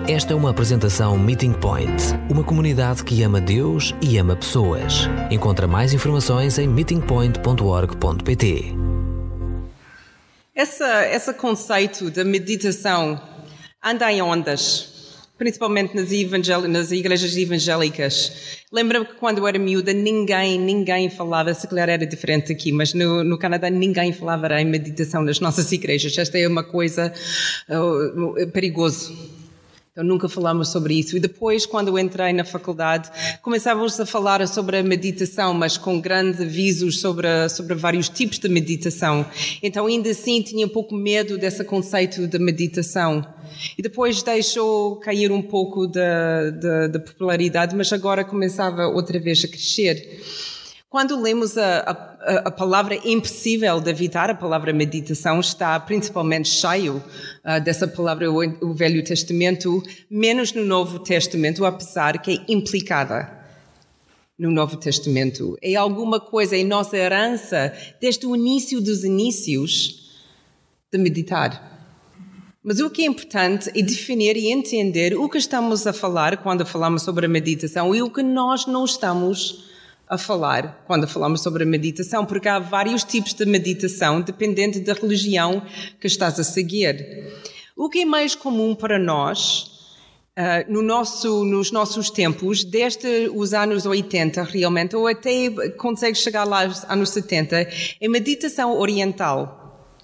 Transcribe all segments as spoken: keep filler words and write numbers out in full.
Esta é uma apresentação Meeting Point, uma comunidade que ama Deus e ama pessoas. Encontra mais informações em meeting point ponto org ponto pt. Essa, esse conceito da meditação anda em ondas, principalmente nas, evangel- nas igrejas evangélicas. Lembro-me que quando eu era miúda, ninguém, ninguém falava, se calhar era diferente aqui, mas no, no Canadá ninguém falava em meditação nas nossas igrejas. Esta é uma coisa uh, perigosa. Então nunca falámos sobre isso. E depois, quando eu entrei na faculdade, começávamos a falar sobre a meditação, mas com grandes avisos sobre, sobre vários tipos de meditação. Então ainda assim tinha um pouco medo desse conceito de meditação. E depois deixou cair um pouco da, da, da popularidade, mas agora começava outra vez a crescer. Quando lemos a, a, a palavra impossível de evitar, a palavra meditação está principalmente cheio uh, dessa palavra, o, o Velho Testamento, menos no Novo Testamento, apesar que é implicada no Novo Testamento. É alguma coisa em nossa herança, desde o início dos inícios, de meditar. Mas o que é importante é definir e entender o que estamos a falar quando falamos sobre a meditação e o que nós não estamos a falar quando falamos sobre a meditação, porque há vários tipos de meditação, dependendo da religião que estás a seguir. O que é mais comum para nós, uh, no nosso, nos nossos tempos, desde os anos oitenta realmente, ou até consegue chegar lá aos anos setenta, é meditação oriental.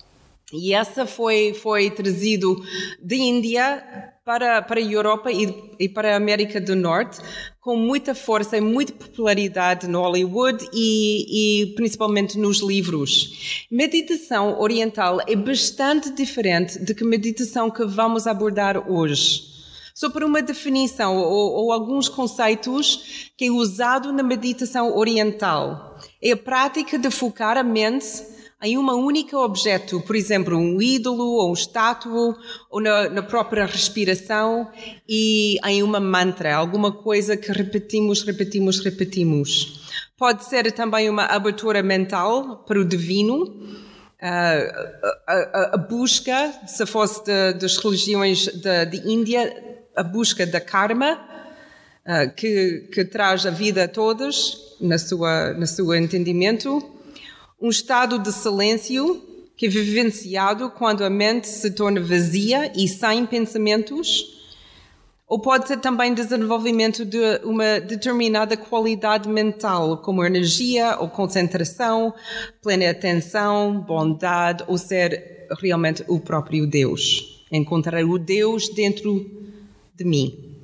E essa foi, foi trazido da Índia para, para a Europa e, e para a América do Norte, com muita força e muita popularidade no Hollywood e, e principalmente nos livros. Meditação oriental é bastante diferente do que a meditação que vamos abordar hoje. Só por uma definição ou, ou alguns conceitos que é usado na meditação oriental. É a prática de focar a mente em um único objeto, por exemplo, um ídolo ou um estátua, ou na, na própria respiração e em uma mantra, alguma coisa que repetimos, repetimos, repetimos. Pode ser também uma abertura mental para o divino, a, a, a busca, se fosse de, das religiões da de, de Índia, a busca da karma, uh, que, que traz a vida a todos, na sua, no seu entendimento. Um estado de silêncio que é vivenciado quando a mente se torna vazia e sem pensamentos, ou pode ser também desenvolvimento de uma determinada qualidade mental, como energia ou concentração, plena atenção, bondade, ou ser realmente o próprio Deus. Encontrar o Deus dentro de mim.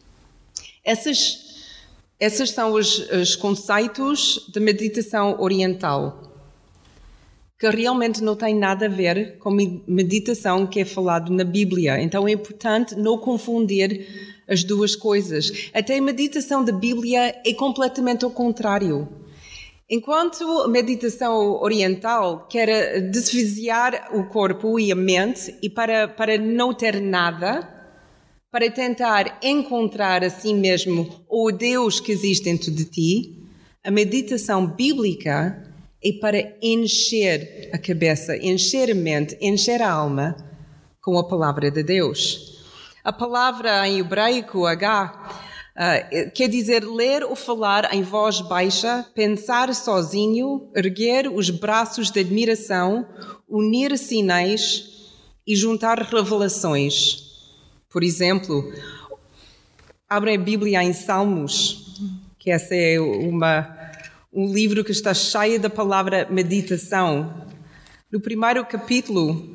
Esses, esses são os, os conceitos de meditação oriental, que realmente não tem nada a ver com meditação que é falado na Bíblia. Então é importante não confundir as duas coisas. Até a meditação da Bíblia é completamente ao contrário. Enquanto a meditação oriental quer desviar o corpo e a mente e para, para não ter nada, para tentar encontrar a si mesmo o Deus que existe dentro de ti, a meditação bíblica é para encher a cabeça, encher a mente, encher a alma com a palavra de Deus. A palavra em hebraico, H, uh, quer dizer ler ou falar em voz baixa, pensar sozinho, erguer os braços de admiração, unir sinais e juntar revelações. Por exemplo, abrem a Bíblia em Salmos, que essa é uma... um livro que está cheio da palavra meditação. No primeiro capítulo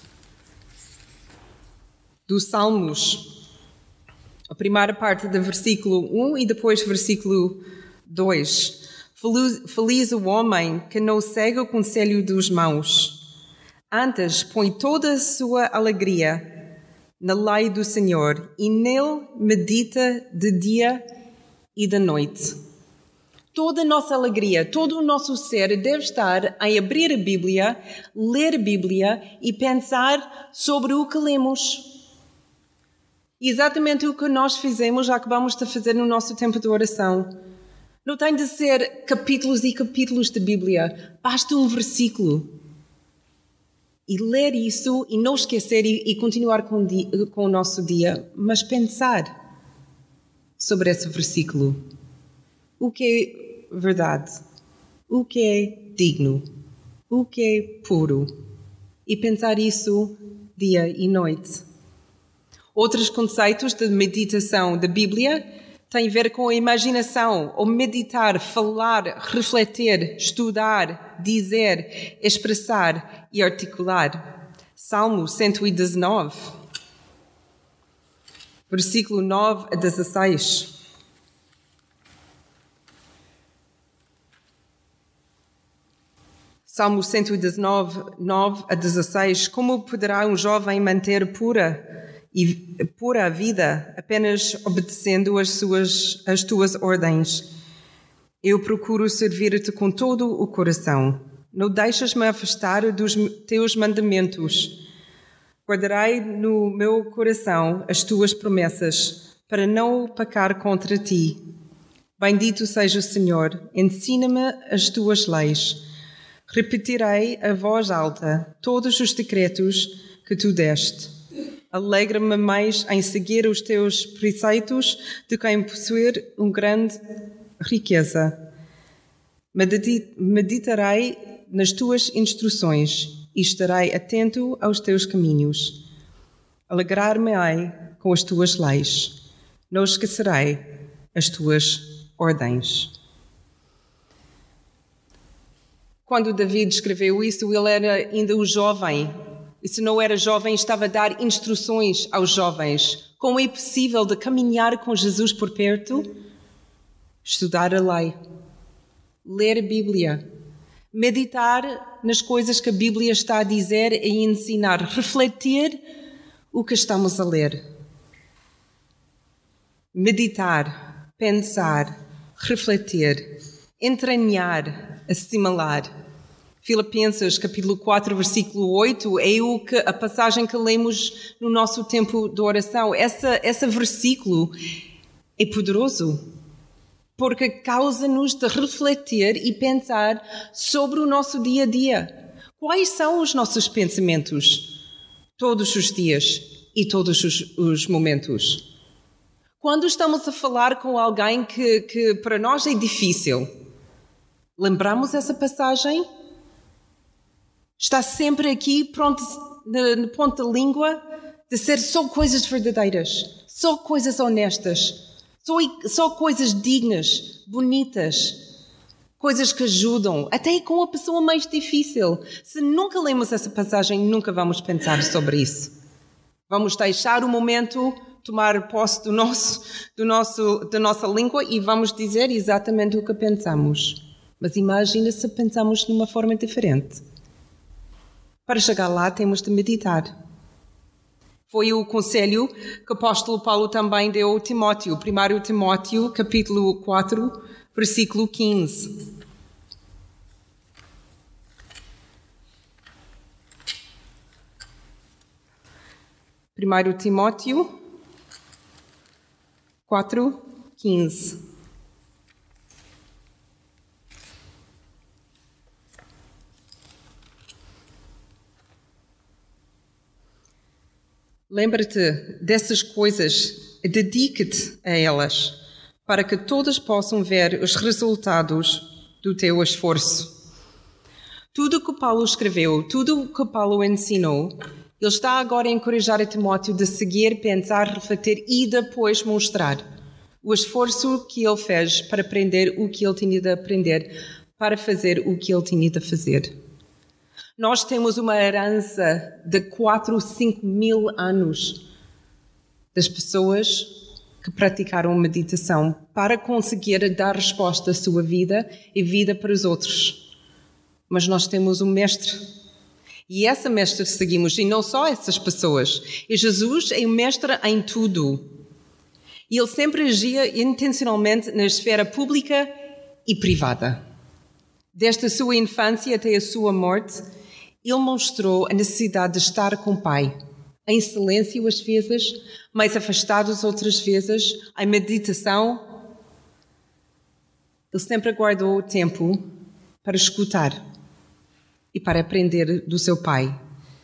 dos Salmos, a primeira parte do versículo um e depois versículo dois. Feliz o homem que não segue o conselho dos maus, antes põe toda a sua alegria na lei do Senhor e nele medita de dia e de noite. Toda a nossa alegria, todo o nosso ser deve estar em abrir a Bíblia, ler a Bíblia e pensar sobre o que lemos. Exatamente o que nós fizemos, acabamos de fazer no nosso tempo de oração. Não tem de ser capítulos e capítulos de Bíblia, basta um versículo. E ler isso e não esquecer e, e continuar com, di, com o nosso dia, mas pensar sobre esse versículo. O que é verdade? O que é digno? O que é puro? E pensar isso dia e noite. Outros conceitos de meditação da Bíblia têm a ver com a imaginação, ou meditar, falar, refletir, estudar, dizer, expressar e articular. Salmo cento e dezenove, versículo nove a dezesseis. Salmo cento e dezenove, nove a dezesseis. Como poderá um jovem manter pura e pura a vida apenas obedecendo as suas, as tuas ordens? Eu procuro servir-te com todo o coração. Não deixas-me afastar dos teus mandamentos. Guardarei no meu coração as tuas promessas, para não pecar contra ti. Bendito seja o Senhor, ensina-me as tuas leis. Repetirei a voz alta todos os decretos que tu deste. Alegra-me mais em seguir os teus preceitos do que em possuir uma grande riqueza. Meditarei nas tuas instruções e estarei atento aos teus caminhos. Alegrar-me-ei com as tuas leis. Não esquecerei as tuas ordens. Quando David escreveu isso, ele era ainda um jovem. E se não era jovem, estava a dar instruções aos jovens. Como é possível de caminhar com Jesus por perto? Estudar a lei, ler a Bíblia, meditar nas coisas que a Bíblia está a dizer e ensinar, refletir o que estamos a ler. Meditar, pensar, refletir, entranhar, assimilar. Filipenses capítulo quatro, versículo oito, é o que, a passagem que lemos no nosso tempo de oração. Essa, esse versículo é poderoso, porque causa-nos de refletir e pensar sobre o nosso dia a dia. Quais são os nossos pensamentos todos os dias e todos os, os momentos? Quando estamos a falar com alguém que, que para nós é difícil, lembramos essa passagem? Está sempre aqui, pronto, no ponto da língua, de ser só coisas verdadeiras, só coisas honestas, só, só coisas dignas, bonitas, coisas que ajudam, até com a pessoa mais difícil. Se nunca lemos essa passagem, nunca vamos pensar sobre isso. Vamos deixar o momento tomar posse do nosso, do nosso, da nossa língua e vamos dizer exatamente o que pensamos. Mas imagina se pensamos de uma forma diferente. Para chegar lá, temos de meditar. Foi o conselho que o apóstolo Paulo também deu a Timóteo. primeiro Timóteo, capítulo quatro, versículo quinze. primeiro Timóteo quatro, quinze. Lembra-te dessas coisas e dedica-te a elas, para que todos possam ver os resultados do teu esforço. Tudo o que Paulo escreveu, tudo o que Paulo ensinou, ele está agora a encorajar a Timóteo de seguir, pensar, refletir e depois mostrar o esforço que ele fez para aprender o que ele tinha de aprender, para fazer o que ele tinha de fazer. Nós temos uma herança de quatro, cinco mil anos das pessoas que praticaram meditação para conseguir dar resposta à sua vida e vida para os outros. Mas nós temos um mestre. E essa mestre seguimos, e não só essas pessoas. E Jesus é o mestre em tudo. E ele sempre agia intencionalmente na esfera pública e privada. Desde a sua infância até a sua morte, ele mostrou a necessidade de estar com o Pai, em silêncio às vezes, mais afastados outras vezes, em meditação. Ele sempre guardou tempo para escutar e para aprender do seu Pai.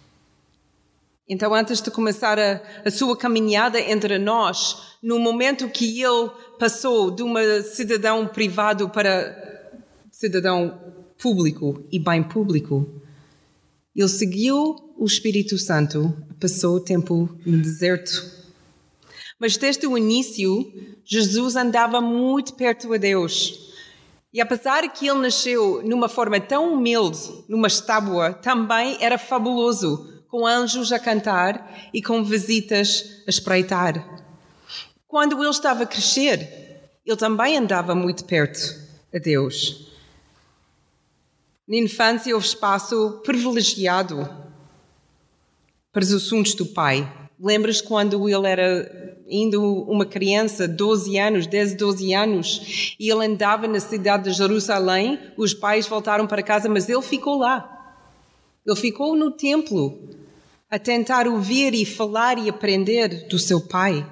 Então, antes de começar a, a sua caminhada entre nós, no momento que ele passou de uma cidadão privado para cidadão público e bem público, ele seguiu o Espírito Santo, passou o tempo no deserto. Mas desde o início, Jesus andava muito perto a Deus. E apesar que ele nasceu numa forma tão humilde, numa estábua, também era fabuloso, com anjos a cantar e com visitas a espreitar. Quando ele estava a crescer, ele também andava muito perto a Deus. Na infância houve espaço privilegiado para os assuntos do Pai. Lembras quando ele era ainda uma criança, doze anos, dez, doze anos, e ele andava na cidade de Jerusalém, os pais voltaram para casa, mas ele ficou lá. Ele ficou no templo a tentar ouvir e falar e aprender do seu pai.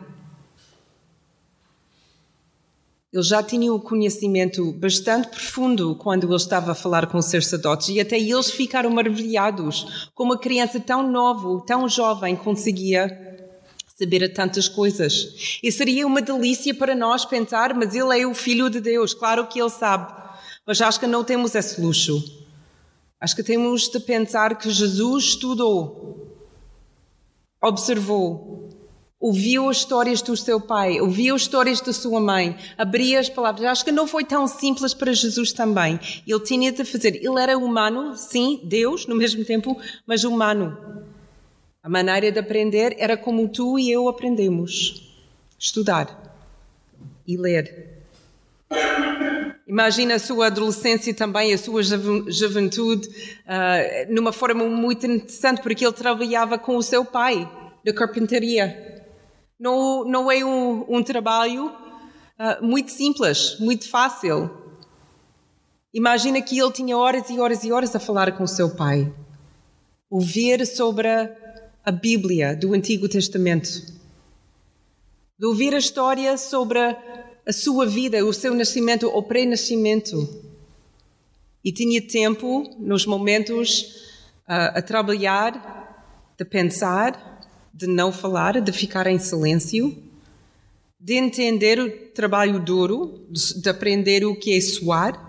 Ele já tinha um conhecimento bastante profundo quando ele estava a falar com os sacerdotes e até eles ficaram maravilhados como uma criança tão nova, tão jovem conseguia saber tantas coisas. E seria uma delícia para nós pensar, mas ele é o Filho de Deus, claro que ele sabe, mas acho que não temos esse luxo. Acho que temos de pensar que Jesus estudou, observou, ouviu as histórias do seu pai, ouviu as histórias da sua mãe, abria as palavras. Acho que não foi tão simples para Jesus também. Ele tinha de fazer. Ele era humano, sim, Deus, no mesmo tempo, mas humano. A maneira de aprender era como tu e eu aprendemos. Estudar e ler. Imagina a sua adolescência também, a sua juventude, uh, numa forma muito interessante, porque ele trabalhava com o seu pai, da carpintaria. Não, não é um, um trabalho uh, muito simples, muito fácil. Imagina que ele tinha horas e horas e horas a falar com o seu pai. Ouvir sobre a, a Bíblia do Antigo Testamento. De ouvir a história sobre a, a sua vida, o seu nascimento ou pré-nascimento. E tinha tempo, nos momentos, uh, a trabalhar, de pensar, de não falar, de ficar em silêncio, de entender o trabalho duro, de aprender o que é suar,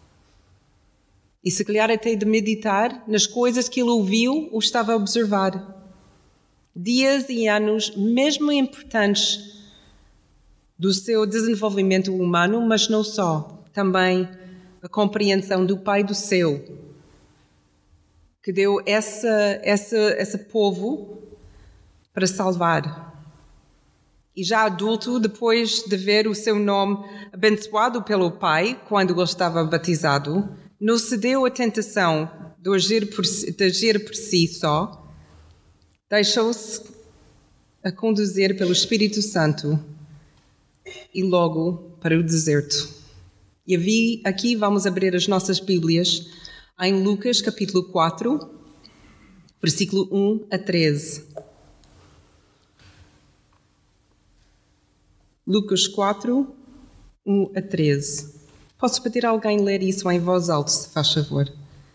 e se calhar até de meditar nas coisas que ele ouviu ou estava a observar. Dias e anos mesmo importantes do seu desenvolvimento humano, mas não só, também a compreensão do Pai do Céu, que deu essa, essa, esse povo para salvar. E já adulto, depois de ver o seu nome abençoado pelo Pai, quando ele estava batizado, não cedeu à tentação de agir por, de agir por si só, deixou-se a conduzir pelo Espírito Santo e logo para o deserto. E aqui vamos abrir as nossas Bíblias em Lucas capítulo quatro, versículo um a treze. Lucas quatro, um a treze. Posso pedir a alguém ler isso em voz alta, se faz favor?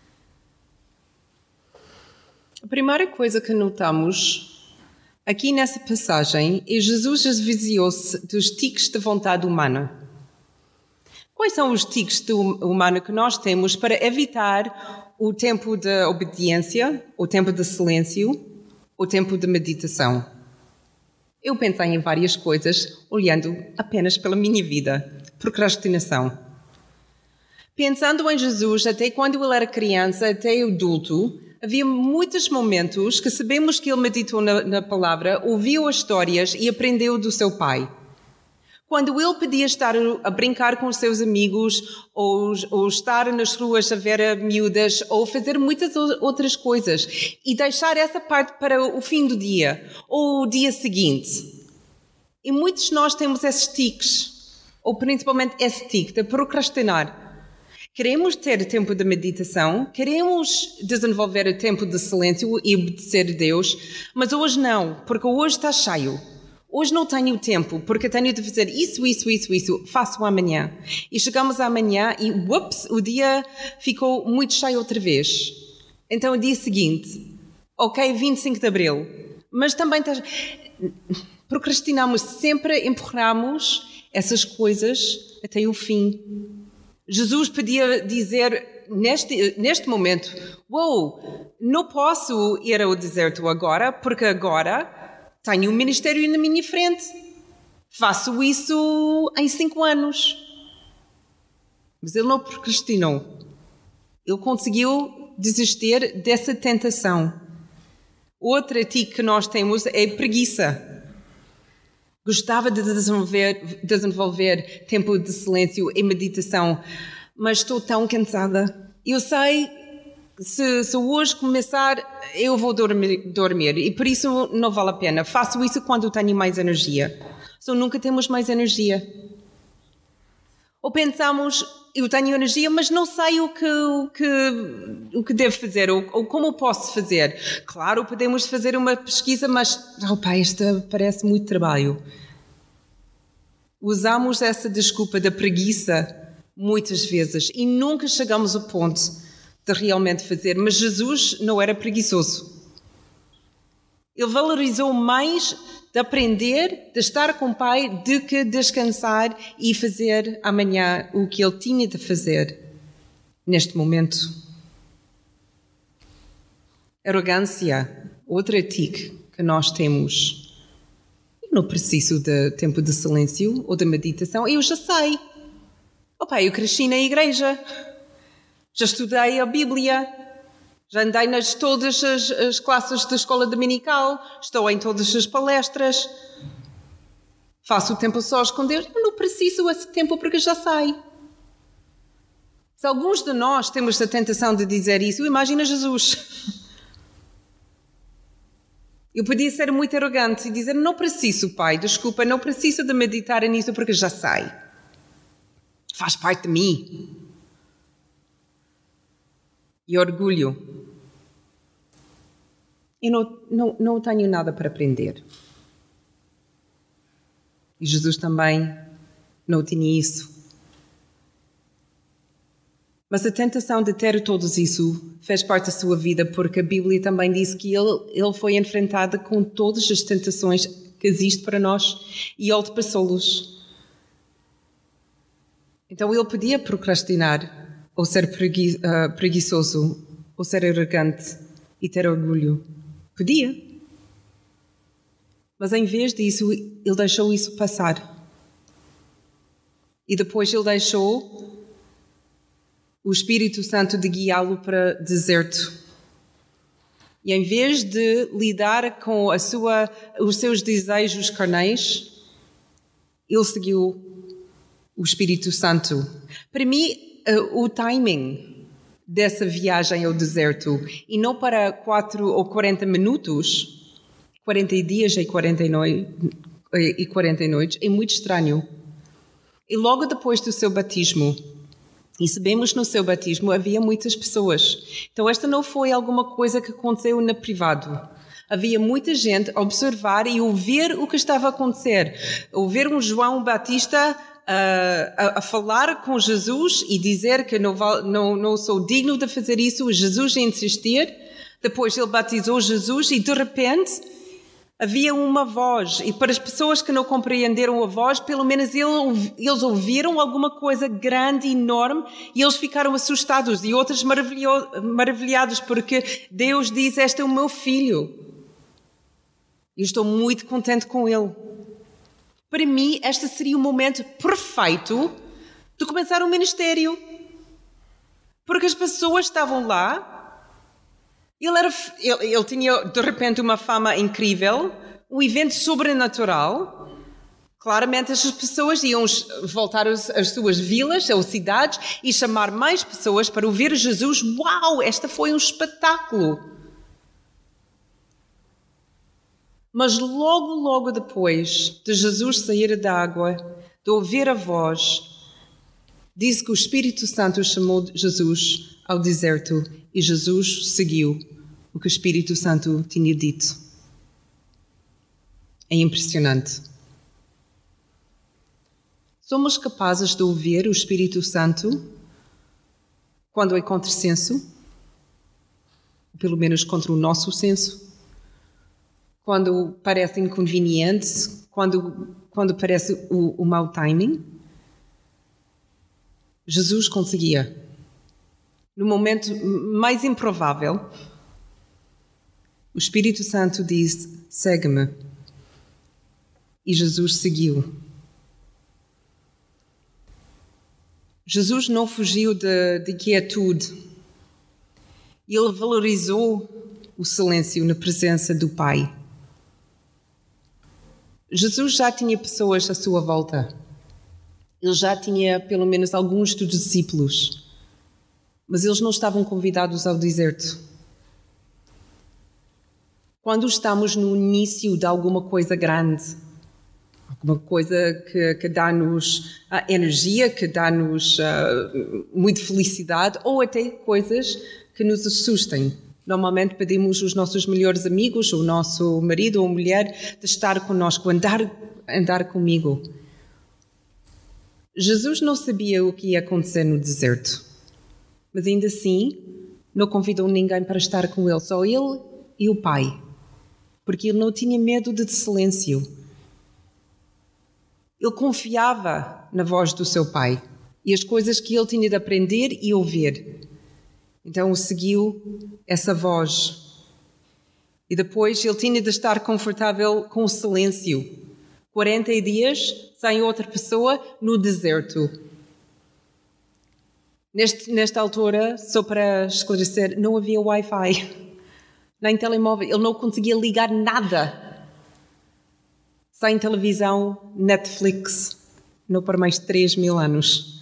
A primeira coisa que notamos aqui nessa passagem é Jesus esvaziou-se dos tiques de vontade humana. Quais são os tiques humanos que nós temos para evitar o tempo de obediência, o tempo de silêncio, o tempo de meditação? Eu pensei em várias coisas, olhando apenas pela minha vida. Procrastinação. Pensando em Jesus, até quando ele era criança, até adulto, havia muitos momentos que sabemos que ele meditou na, na palavra, ouviu as histórias e aprendeu do seu pai. Quando ele podia estar a brincar com os seus amigos, ou, ou estar nas ruas a ver miúdas, ou fazer muitas outras coisas, e deixar essa parte para o fim do dia, ou o dia seguinte. E muitos de nós temos esses tiques, ou principalmente esse tique de procrastinar. Queremos ter tempo de meditação, queremos desenvolver o tempo de silêncio e obedecer a Deus, mas hoje não, porque hoje está cheio. Hoje não tenho tempo, porque tenho de fazer isso, isso, isso, isso, faço amanhã. E chegamos amanhã e, ups, o dia ficou muito cheio outra vez. Então, o dia seguinte, ok, vinte e cinco de abril, Mas também procrastinamos, sempre empurramos essas coisas até o fim. Jesus podia dizer neste, neste momento, uou, não posso ir ao deserto agora, porque agora tenho um ministério na minha frente. Faço isso em cinco anos. Mas ele não procrastinou. Ele conseguiu desistir dessa tentação. Outra tique que nós temos é preguiça. Gostava de desenvolver, desenvolver tempo de silêncio e meditação, mas estou tão cansada. Eu sei, se, se hoje começar, eu vou dormir, dormir e por isso não vale a pena. Faço isso quando tenho mais energia. Então nunca temos mais energia. Ou pensamos, eu tenho energia, mas não sei o que, o que, o que devo fazer, ou, ou como posso fazer. Claro, podemos fazer uma pesquisa, mas, oh pá, esta parece muito trabalho. Usamos essa desculpa da preguiça muitas vezes e nunca chegamos ao ponto de realmente fazer. Mas Jesus não era preguiçoso. Ele valorizou mais de aprender, de estar com o Pai, do que descansar e fazer amanhã o que ele tinha de fazer neste momento. Arrogância, outra tique que nós temos. Eu não preciso de tempo de silêncio ou de meditação, eu já sei. Oh pai, eu cresci na igreja, já estudei a Bíblia, já andei nas todas as, as classes da escola dominical, estou em todas as palestras, faço o tempo sós com Deus. Eu não preciso desse tempo porque já sei. Se alguns de nós temos a tentação de dizer isso, imagina Jesus. Eu podia ser muito arrogante e dizer, não preciso, pai, desculpa, não preciso de meditar nisso porque já sei. Faz parte de mim. E orgulho. Eu não, não, não tenho nada para aprender. E Jesus também não tinha isso. Mas a tentação de ter todos isso fez parte da sua vida, porque a Bíblia também diz que ele, ele foi enfrentado com todas as tentações que existem para nós e ele passou-los. Então ele podia procrastinar, ou ser pregui, uh, preguiçoso, ou ser arrogante e ter orgulho. Podia. Mas em vez disso, ele deixou isso passar. E depois ele deixou o Espírito Santo de guiá-lo para o deserto. E em vez de lidar com a sua, os seus desejos carnais, ele seguiu o Espírito Santo. Para mim, o timing dessa viagem ao deserto, e não para quatro ou quarenta minutos, quarenta dias e quarenta noites, é muito estranho. E logo depois do seu batismo, e sabemos no seu batismo havia muitas pessoas. Então esta não foi alguma coisa que aconteceu na privado. Havia muita gente a observar e ouvir o que estava a acontecer. Ouvir um João Batista Uh, a, a falar com Jesus e dizer que não, não, não sou digno de fazer isso, Jesus a insistir. Depois ele batizou Jesus e de repente havia uma voz, e para as pessoas que não compreenderam a voz, pelo menos ele, eles ouviram alguma coisa grande, enorme, e eles ficaram assustados e outros maravilhados, porque Deus diz, este é o meu filho e estou muito contente com ele. Para mim, este seria o momento perfeito de começar um ministério. Porque as pessoas estavam lá, ele, era, ele, ele tinha de repente uma fama incrível, um evento sobrenatural. Claramente as pessoas iam voltar às, às suas vilas ou cidades e chamar mais pessoas para ouvir Jesus. Uau, este foi um espetáculo! Mas logo, logo depois de Jesus sair da água, de ouvir a voz, diz que o Espírito Santo chamou Jesus ao deserto e Jesus seguiu o que o Espírito Santo tinha dito. É impressionante. Somos capazes de ouvir o Espírito Santo quando é contrassenso, pelo menos contra o nosso senso. quando parece inconveniente, quando, quando parece o, o mau timing. Jesus conseguia. No momento mais improvável, o Espírito Santo diz: segue-me. E Jesus seguiu. Jesus não fugiu de, de quietude. Ele valorizou o silêncio na presença do Pai. Jesus já tinha pessoas à sua volta. Ele já tinha pelo menos alguns dos discípulos. Mas eles não estavam convidados ao deserto. Quando estamos no início de alguma coisa grande, alguma coisa que, que dá-nos uh, energia, que dá-nos uh, muita felicidade, ou até coisas que nos assustem. Normalmente pedimos os nossos melhores amigos, o nosso marido ou mulher, de estar conosco, andar, andar comigo. Jesus não sabia o que ia acontecer no deserto, mas ainda assim não convidou ninguém para estar com ele, só ele e o Pai, porque ele não tinha medo de silêncio. Ele confiava na voz do seu Pai e as coisas que ele tinha de aprender e ouvir. Então seguiu essa voz. E depois ele tinha de estar confortável com o silêncio. quarenta dias sem outra pessoa no deserto. Neste, nesta altura, só para esclarecer, não havia Wi-Fi, nem telemóvel. Ele não conseguia ligar nada. Sem televisão, Netflix, não por mais de três mil anos.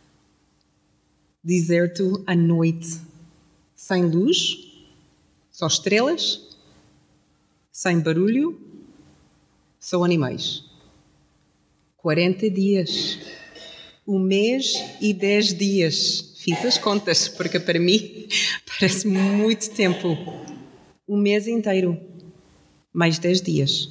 Deserto à noite, sem luz, só estrelas, sem barulho, só animais. quarenta dias. Um mês e dez dias. Fiz as contas, porque para mim parece muito tempo. Um mês inteiro. Mais dez dias.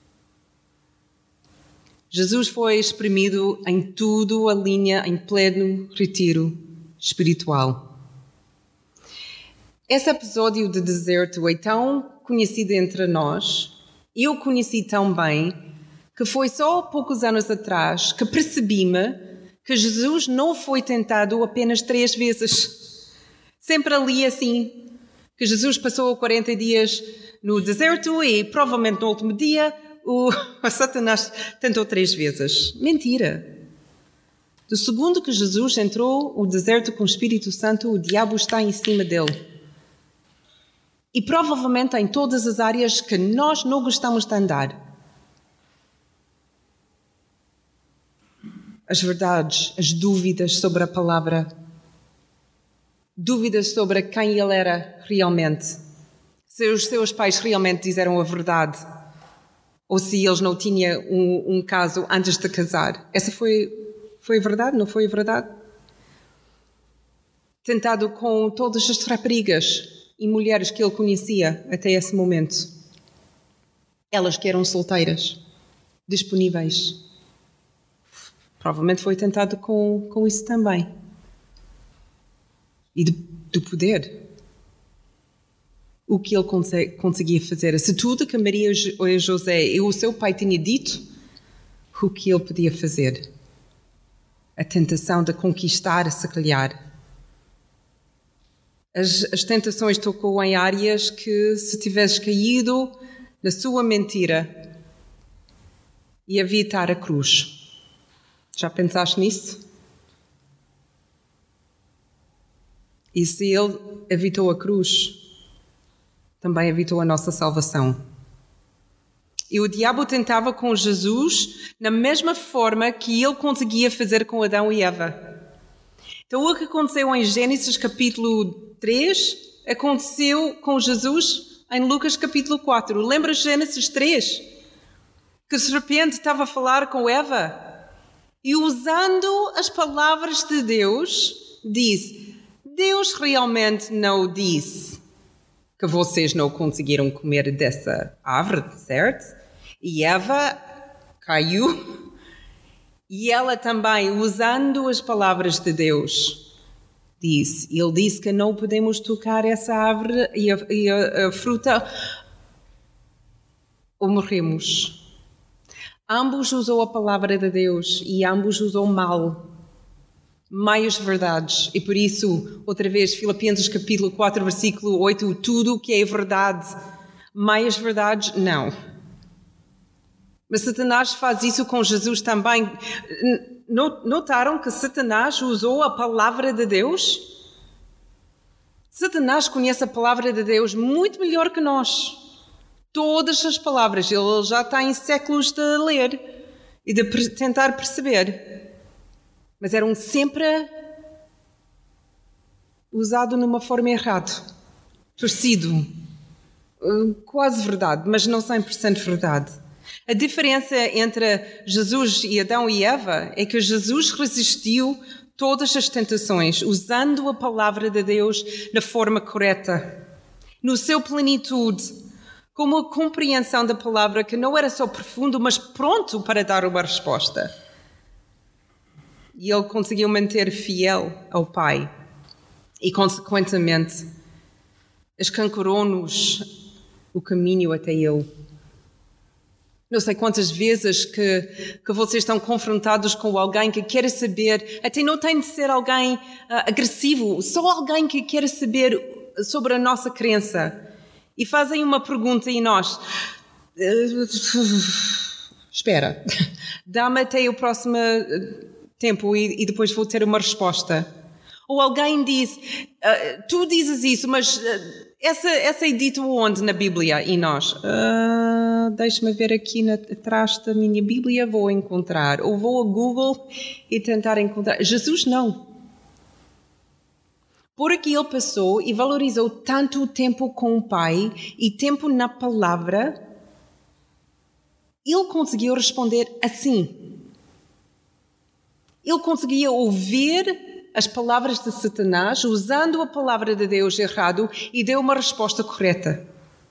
Jesus foi exprimido em tudo a linha em pleno retiro espiritual. Esse episódio de deserto é tão conhecido entre nós, eu o conheci tão bem, que foi só poucos anos atrás que percebi-me que Jesus não foi tentado apenas três vezes. Sempre ali assim, que Jesus passou quarenta dias no deserto e provavelmente no último dia o Satanás tentou três vezes. Mentira. Do segundo que Jesus entrou no deserto com o Espírito Santo, o diabo está em cima dele. E provavelmente em todas as áreas que nós não gostamos de andar. As verdades, as dúvidas sobre a palavra, dúvidas sobre quem ele era realmente, se os seus pais realmente disseram a verdade, ou se eles não tinham um, um caso antes de casar. Essa foi, foi a verdade, não foi a verdade? Tentado com todas as raparigas e mulheres que ele conhecia até esse momento. Elas que eram solteiras, disponíveis. Provavelmente foi tentado com, com isso também. E do, do poder. O que ele consegue, conseguia fazer. Se tudo que Maria e José e o seu pai tinham dito, o que ele podia fazer. A tentação de conquistar, se calhar. As, as tentações tocou em áreas que, se tivesses caído na sua mentira, ia evitar a cruz. Já pensaste nisso? E se ele evitou a cruz, também evitou a nossa salvação. E o diabo tentava com Jesus na mesma forma que ele conseguia fazer com Adão e Eva. Então o que aconteceu em Gênesis capítulo três, aconteceu com Jesus em Lucas capítulo quatro. Lembras Gênesis três? Que o serpente estava a falar com Eva e usando as palavras de Deus, disse: Deus realmente não disse que vocês não conseguiram comer dessa árvore, certo? E Eva caiu e ela também, usando as palavras de Deus, disse, ele disse que não podemos tocar essa árvore e a, e a, a fruta. ou morremos. Ambos usou a palavra de Deus e ambos usou mal. Meias verdades. E por isso, outra vez, Filipenses capítulo quatro, versículo oito, tudo o que é verdade. Meias verdades, não. Mas Satanás faz isso com Jesus também. Notaram que Satanás usou a palavra de Deus? Satanás conhece a palavra de Deus muito melhor que nós. Todas as palavras, ele já tem séculos de ler e de tentar perceber. Mas eram sempre usados numa forma errada, torcido, quase verdade, mas não cem por cento verdade. A diferença entre Jesus e Adão e Eva é que Jesus resistiu todas as tentações, usando a palavra de Deus na forma correta, no seu plenitude, com uma compreensão da palavra que não era só profundo, mas pronto para dar uma resposta. E ele conseguiu manter fiel ao Pai e, consequentemente, escancarou-nos o caminho até Ele. Não sei quantas vezes que, que vocês estão confrontados com alguém que quer saber, até não tem de ser alguém uh, agressivo, só alguém que quer saber sobre a nossa crença. E fazem uma pergunta e nós... Espera, dá-me até o próximo tempo e, e depois vou ter uma resposta. Ou alguém diz, uh, tu dizes isso, mas uh, essa, essa é dito onde na Bíblia? E nós, uh, deixa-me ver aqui na, atrás da minha Bíblia, vou encontrar. Ou vou a Google e tentar encontrar. Jesus não. Porque ele passou e valorizou tanto o tempo com o Pai e tempo na palavra, ele conseguiu responder assim. Ele conseguia ouvir as palavras de Satanás, usando a palavra de Deus errado, e deu uma resposta correta.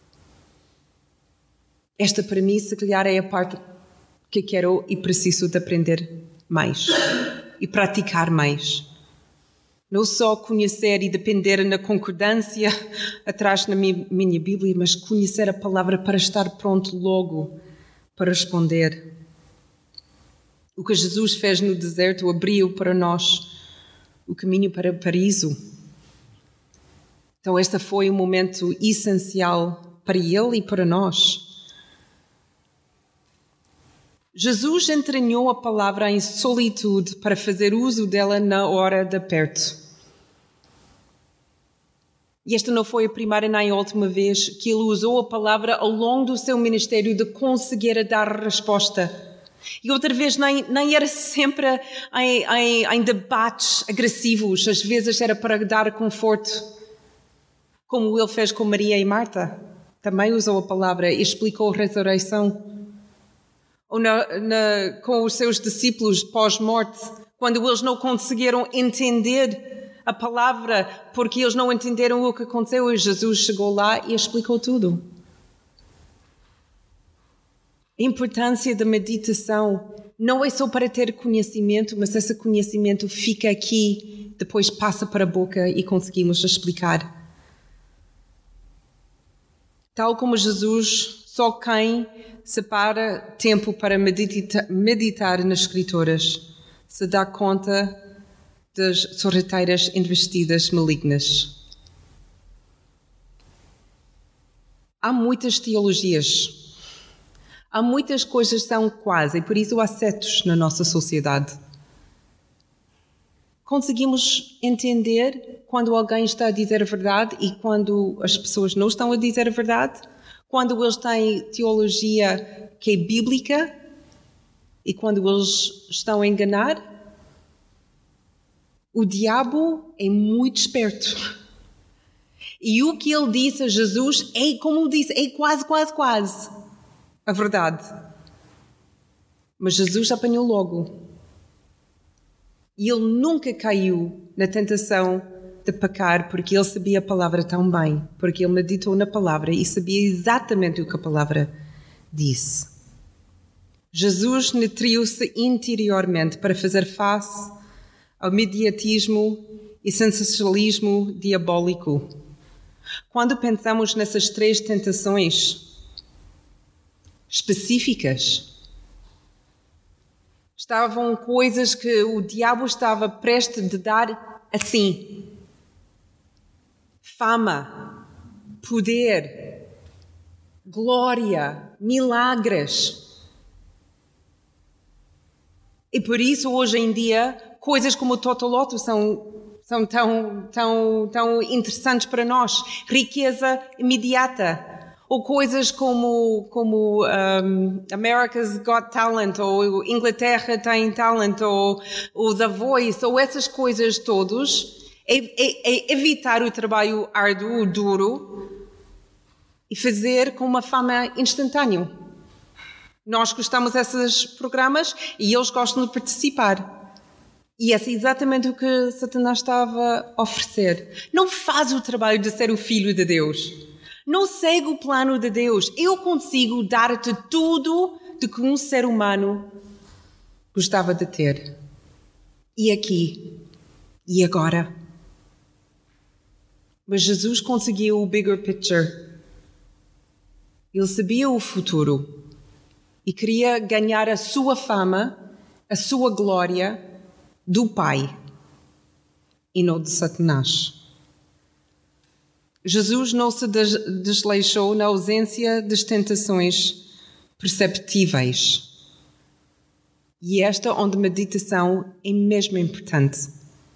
Esta para mim, se calhar, é a parte que quero e preciso de aprender mais e praticar mais. Não só conhecer e depender na concordância atrás na minha, minha Bíblia, mas conhecer a palavra para estar pronto logo para responder. O que Jesus fez no deserto abriu para nós o caminho para o paraíso. Então este foi um momento essencial para ele e para nós. Jesus entranhou a palavra em solitude para fazer uso dela na hora de aperto. E esta não foi a primeira nem a última vez que ele usou a palavra ao longo do seu ministério de conseguir dar resposta. E outra vez nem, nem era sempre em, em, em debates agressivos, às vezes era para dar conforto, como ele fez com Maria e Marta. Também usou a palavra e explicou a ressurreição. Ou na, na, com os seus discípulos pós-morte, quando eles não conseguiram entender a palavra porque eles não entenderam o que aconteceu, e Jesus chegou lá e explicou tudo. A importância da meditação não é só para ter conhecimento, mas esse conhecimento fica aqui, depois passa para a boca e conseguimos explicar. Tal como Jesus, só quem separa tempo para medita- meditar nas Escrituras se dá conta das sorrateiras investidas malignas. Há muitas teologias. Há muitas coisas que são quase, e por isso há setos na nossa sociedade. Conseguimos entender quando alguém está a dizer a verdade e quando as pessoas não estão a dizer a verdade, quando eles têm teologia que é bíblica e quando eles estão a enganar. O diabo é muito esperto. E o que ele disse a Jesus é, como disse, é quase, quase, quase a verdade. Mas Jesus apanhou logo. E ele nunca caiu na tentação de pecar porque ele sabia a palavra tão bem, porque ele meditou na palavra e sabia exatamente o que a palavra disse. Jesus nutriu-se interiormente para fazer face ao mediatismo e sensacionalismo diabólico. Quando pensamos nessas três tentações, específicas. Estavam coisas que o diabo estava prestes a dar assim. Fama, poder, glória, milagres. E por isso, hoje em dia, coisas como o Totoloto são, são tão, tão, tão interessantes para nós. Riqueza imediata. Ou coisas como, como um, America's Got Talent, ou Inglaterra tem talent, ou, ou The Voice, ou essas coisas todas, é, é, é evitar o trabalho árduo, duro, e fazer com uma fama instantânea. Nós gostamos desses programas e eles gostam de participar. E esse é exatamente o que Satanás estava a oferecer. Não faz o trabalho de ser o filho de Deus. Não segue o plano de Deus. Eu consigo dar-te tudo de que um ser humano gostava de ter. E aqui. E agora. Mas Jesus conseguiu o bigger picture. Ele sabia o futuro. E queria ganhar a sua fama, a sua glória do Pai. E não de Satanás. Jesus não se desleixou na ausência das tentações perceptíveis. E esta onde a meditação é mesmo importante.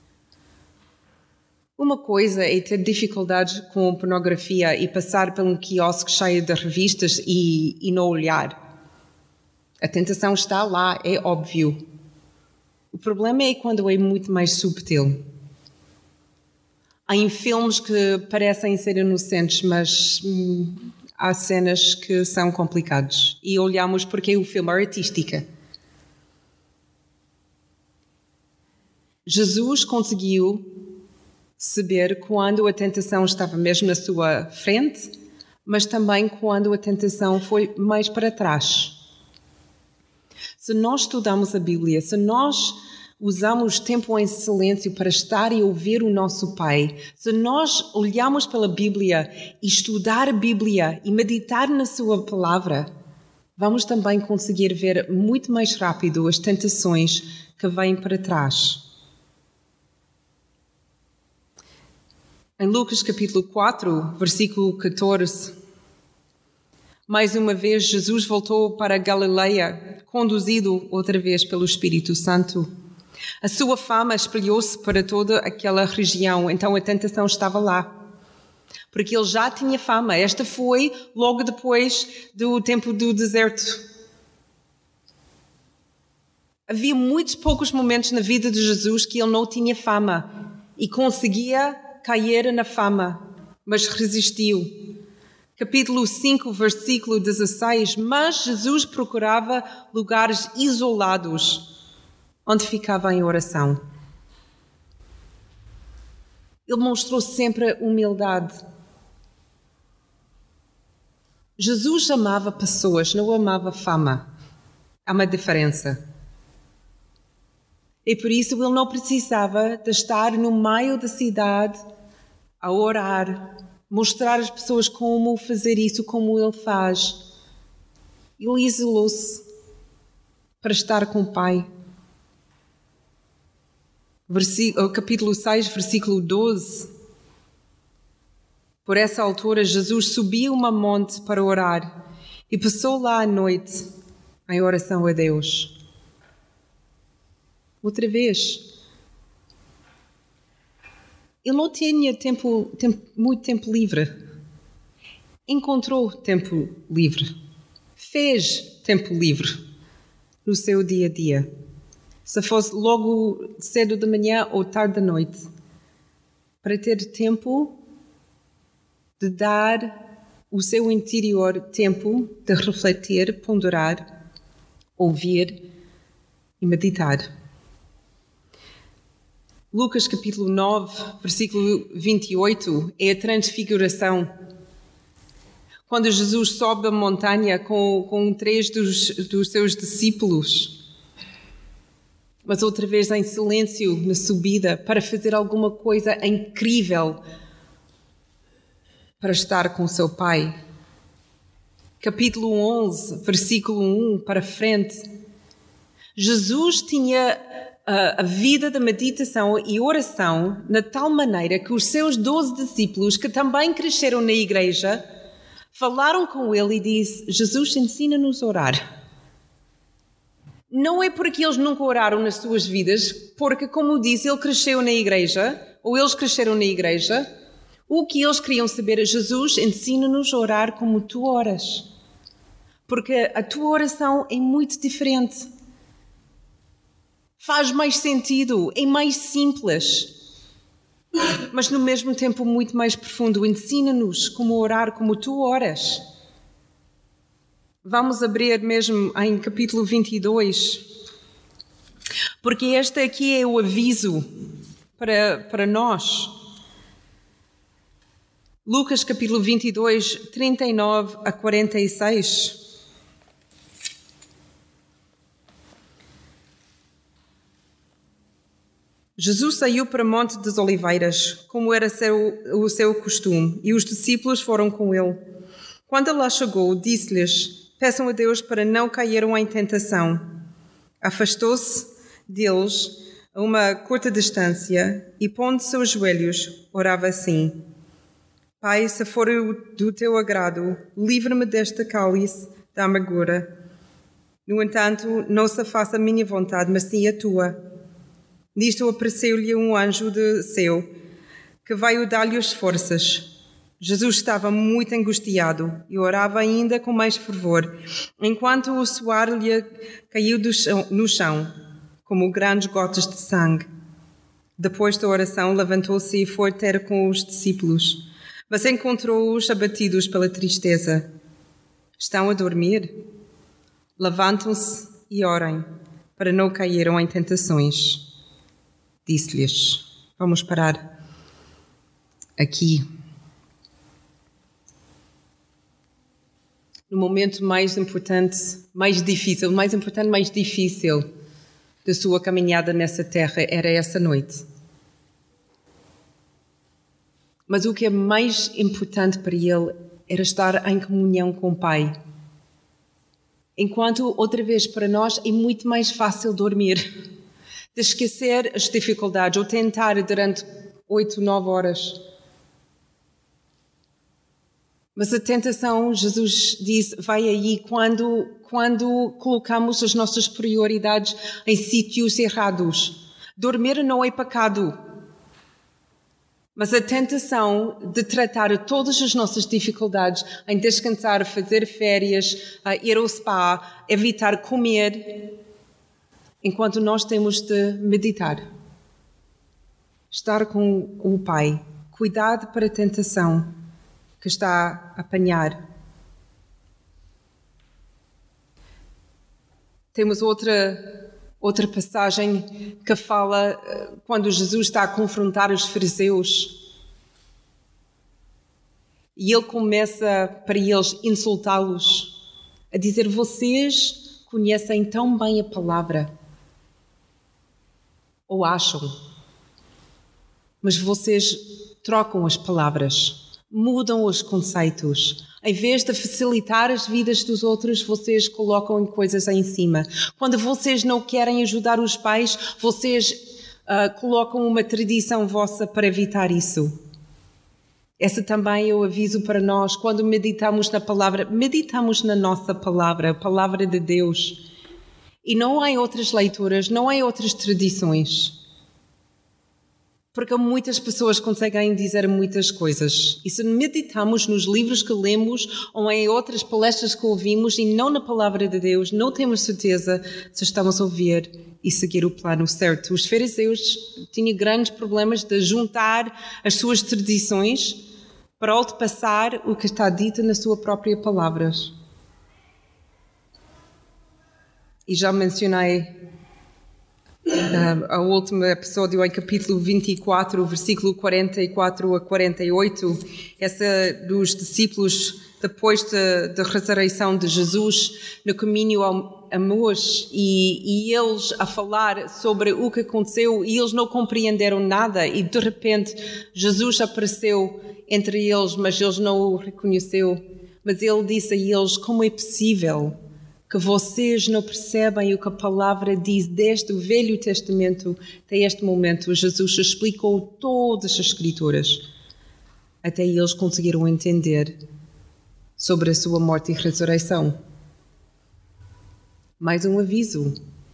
Uma coisa é ter dificuldades com pornografia e passar por um quiosque cheio de revistas e, e não olhar. A tentação está lá, é óbvio. O problema é quando é muito mais subtil. Há em filmes que parecem ser inocentes, mas hum, há cenas que são complicadas. E olhamos porque o filme é artística. Jesus conseguiu saber quando a tentação estava mesmo na sua frente, mas também quando a tentação foi mais para trás. Se nós estudamos a Bíblia, se nós usamos tempo em silêncio para estar e ouvir o nosso Pai, se nós olhamos pela Bíblia e estudar a Bíblia e meditar na sua palavra, vamos também conseguir ver muito mais rápido as tentações que vêm para trás. Em Lucas capítulo quatro, versículo catorze, mais uma vez Jesus voltou para a Galileia, conduzido outra vez pelo Espírito Santo. A sua fama espalhou-se para toda aquela região, então a tentação estava lá. Porque ele já tinha fama. Esta foi logo depois do tempo do deserto. Havia muitos poucos momentos na vida de Jesus que ele não tinha fama e conseguia cair na fama, mas resistiu. Capítulo cinco, versículo dezesseis. Mas Jesus procurava lugares isolados, onde ficava em oração. Ele mostrou sempre humildade. Jesus amava pessoas, não amava fama. Há uma diferença. E por isso ele não precisava de estar no meio da cidade a orar, mostrar às pessoas como fazer isso, como ele faz. Ele isolou-se para estar com o Pai. Versículo, capítulo seis, versículo doze. Por essa altura, Jesus subiu uma monte para orar e passou lá a noite em oração a Deus. Outra vez. Ele não tinha tempo, tempo, muito tempo livre. Encontrou tempo livre. Fez tempo livre no seu dia a dia. Se fosse logo cedo de manhã ou tarde da noite, para ter tempo de dar o seu interior tempo de refletir, ponderar, ouvir e meditar. Lucas capítulo nove, versículo vinte e oito, é a transfiguração. Quando Jesus sobe a montanha com, com três dos, dos seus discípulos, mas outra vez em silêncio na subida, para fazer alguma coisa incrível para estar com seu Pai. capítulo onze, versículo um para frente, Jesus tinha a, a vida de meditação e oração de tal maneira que os seus doze discípulos, que também cresceram na igreja, falaram com ele e disse: Jesus, ensina-nos a orar. Não é porque eles nunca oraram nas suas vidas, porque, como disse, ele cresceu na igreja, ou eles cresceram na igreja. O que eles queriam saber é: Jesus, ensina-nos a orar como tu oras. Porque a tua oração é muito diferente. Faz mais sentido, é mais simples, mas no mesmo tempo muito mais profundo. Ensina-nos como orar como tu oras. Vamos abrir mesmo em capítulo vinte e dois, porque este aqui é o aviso para, para nós. Lucas capítulo vinte e dois, trinta e nove a quarenta e seis. Jesus saiu para o Monte das Oliveiras, como era seu, o seu costume, e os discípulos foram com ele. Quando lá chegou, disse-lhes: peçam a Deus para não caírem em tentação. Afastou-se deles a uma curta distância e, pondo-se aos joelhos, orava assim: Pai, se for do teu agrado, livra-me desta cálice da amargura. No entanto, não se faça a minha vontade, mas sim a tua. Nisto apareceu-lhe um anjo do céu, que veio dar-lhe as forças. Jesus estava muito angustiado e orava ainda com mais fervor, enquanto o suor lhe caiu do chão, no chão, como grandes gotas de sangue. Depois da oração, levantou-se e foi ter com os discípulos, mas encontrou-os abatidos pela tristeza. Estão a dormir? Levantam-se e orem, para não caírem em tentações. Disse-lhes. Vamos parar aqui. No momento mais importante, mais difícil, mais importante, mais difícil da sua caminhada nessa terra era essa noite. Mas o que é mais importante para ele era estar em comunhão com o Pai. Enquanto, outra vez, para nós é muito mais fácil dormir, de esquecer as dificuldades ou tentar durante oito, nove horas. Mas a tentação, Jesus diz, vai aí quando, quando colocamos as nossas prioridades em sítios errados. Dormir não é pecado. Mas a tentação de tratar todas as nossas dificuldades em descansar, fazer férias, ir ao spa, evitar comer, enquanto nós temos de meditar. Estar com o Pai. Cuidado para a tentação que está a apanhar. Temos outra, outra passagem que fala quando Jesus está a confrontar os fariseus. E ele começa para eles insultá-los, a dizer: vocês conhecem tão bem a palavra, ou acham, mas vocês trocam as palavras, mudam os conceitos. Em vez de facilitar as vidas dos outros, vocês colocam coisas em cima. Quando vocês não querem ajudar os pais, vocês uh, colocam uma tradição vossa para evitar isso. Esse também é o aviso para nós. Quando meditamos na palavra, meditamos na nossa palavra, a palavra de Deus. E não há outras leituras, não há outras tradições. Porque muitas pessoas conseguem dizer muitas coisas. E se meditamos nos livros que lemos ou em outras palestras que ouvimos e não na palavra de Deus, não temos certeza se estamos a ouvir e seguir o plano certo. Os fariseus tinham grandes problemas de juntar as suas tradições para ultrapassar o que está dito na sua própria palavra. E já mencionei Uh, o último episódio em capítulo vinte e quatro, versículo quarenta e quatro a quarenta e oito, essa dos discípulos depois da de, de ressurreição de Jesus no caminho a Emaús e, e eles a falar sobre o que aconteceu e eles não compreenderam nada e de repente Jesus apareceu entre eles, mas eles não o reconheceu. Mas ele disse a eles: como é possível que vocês não percebem o que a palavra diz desde o Velho Testamento até este momento? Jesus explicou todas as Escrituras, até eles conseguiram entender sobre a sua morte e ressurreição. Mais um aviso.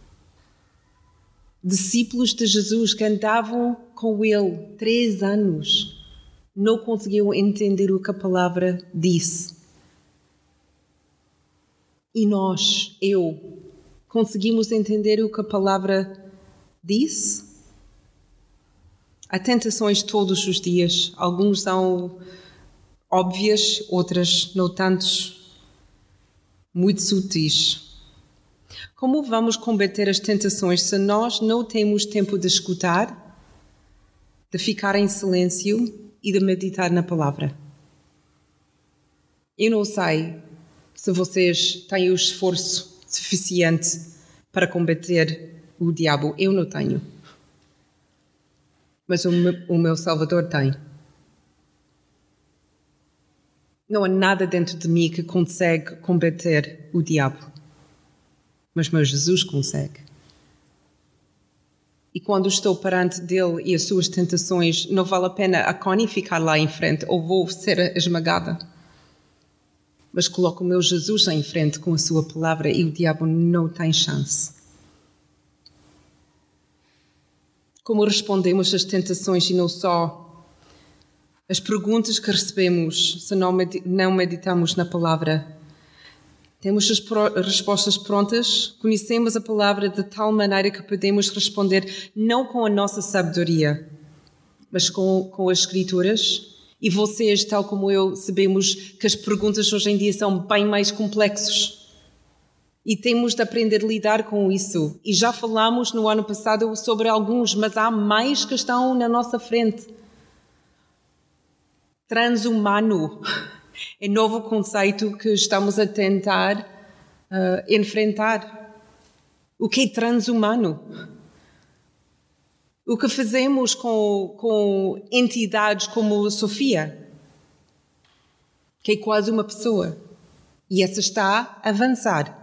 Discípulos de Jesus que andavam com ele três anos não conseguiam entender o que a palavra disse. E nós, eu, conseguimos entender o que a palavra disse? Há tentações todos os dias. Alguns são óbvias, outras não tantos, muito sutis. Como vamos combater as tentações se nós não temos tempo de escutar, de ficar em silêncio e de meditar na palavra? Eu não sei se vocês têm o esforço suficiente para combater o diabo. Eu não tenho. Mas o meu, o meu Salvador tem. Não há nada dentro de mim que consegue combater o diabo. Mas meu Jesus consegue. E quando estou perante dele e as suas tentações, não vale a pena a Connie ficar lá em frente ou vou ser esmagada. Mas coloco o meu Jesus em frente com a sua palavra e o diabo não tem chance. Como respondemos às tentações e não só as perguntas que recebemos se não meditamos na palavra? Temos as respostas prontas? Conhecemos a palavra de tal maneira que podemos responder não com a nossa sabedoria, mas com, com as Escrituras? E vocês, tal como eu, sabemos que as perguntas hoje em dia são bem mais complexas. E temos de aprender a lidar com isso. E já falámos no ano passado sobre alguns, mas há mais que estão na nossa frente. Transhumano é novo conceito que estamos a tentar uh, enfrentar. O que é transhumano? O que fazemos com, com entidades como Sofia, que é quase uma pessoa, e essa está a avançar.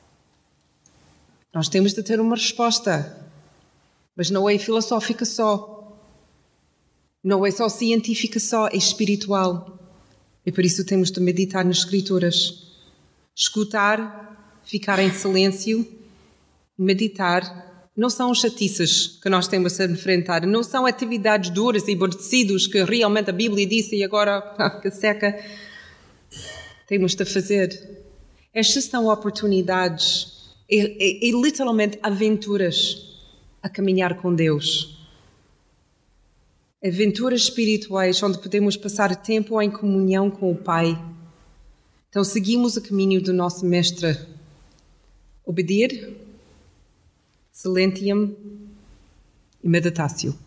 Nós temos de ter uma resposta, mas não é filosófica só, não é só científica só, é espiritual. E por isso temos de meditar nas Escrituras, escutar, ficar em silêncio, meditar. Não são chatices que nós temos a enfrentar, não são atividades duras e aborrecidas que realmente a Bíblia disse e agora que seca. Temos de fazer. Estas são oportunidades e, e, e literalmente aventuras a caminhar com Deus. Aventuras espirituais onde podemos passar tempo em comunhão com o Pai. Então seguimos o caminho do nosso Mestre. Obedir, silentium e meditatio.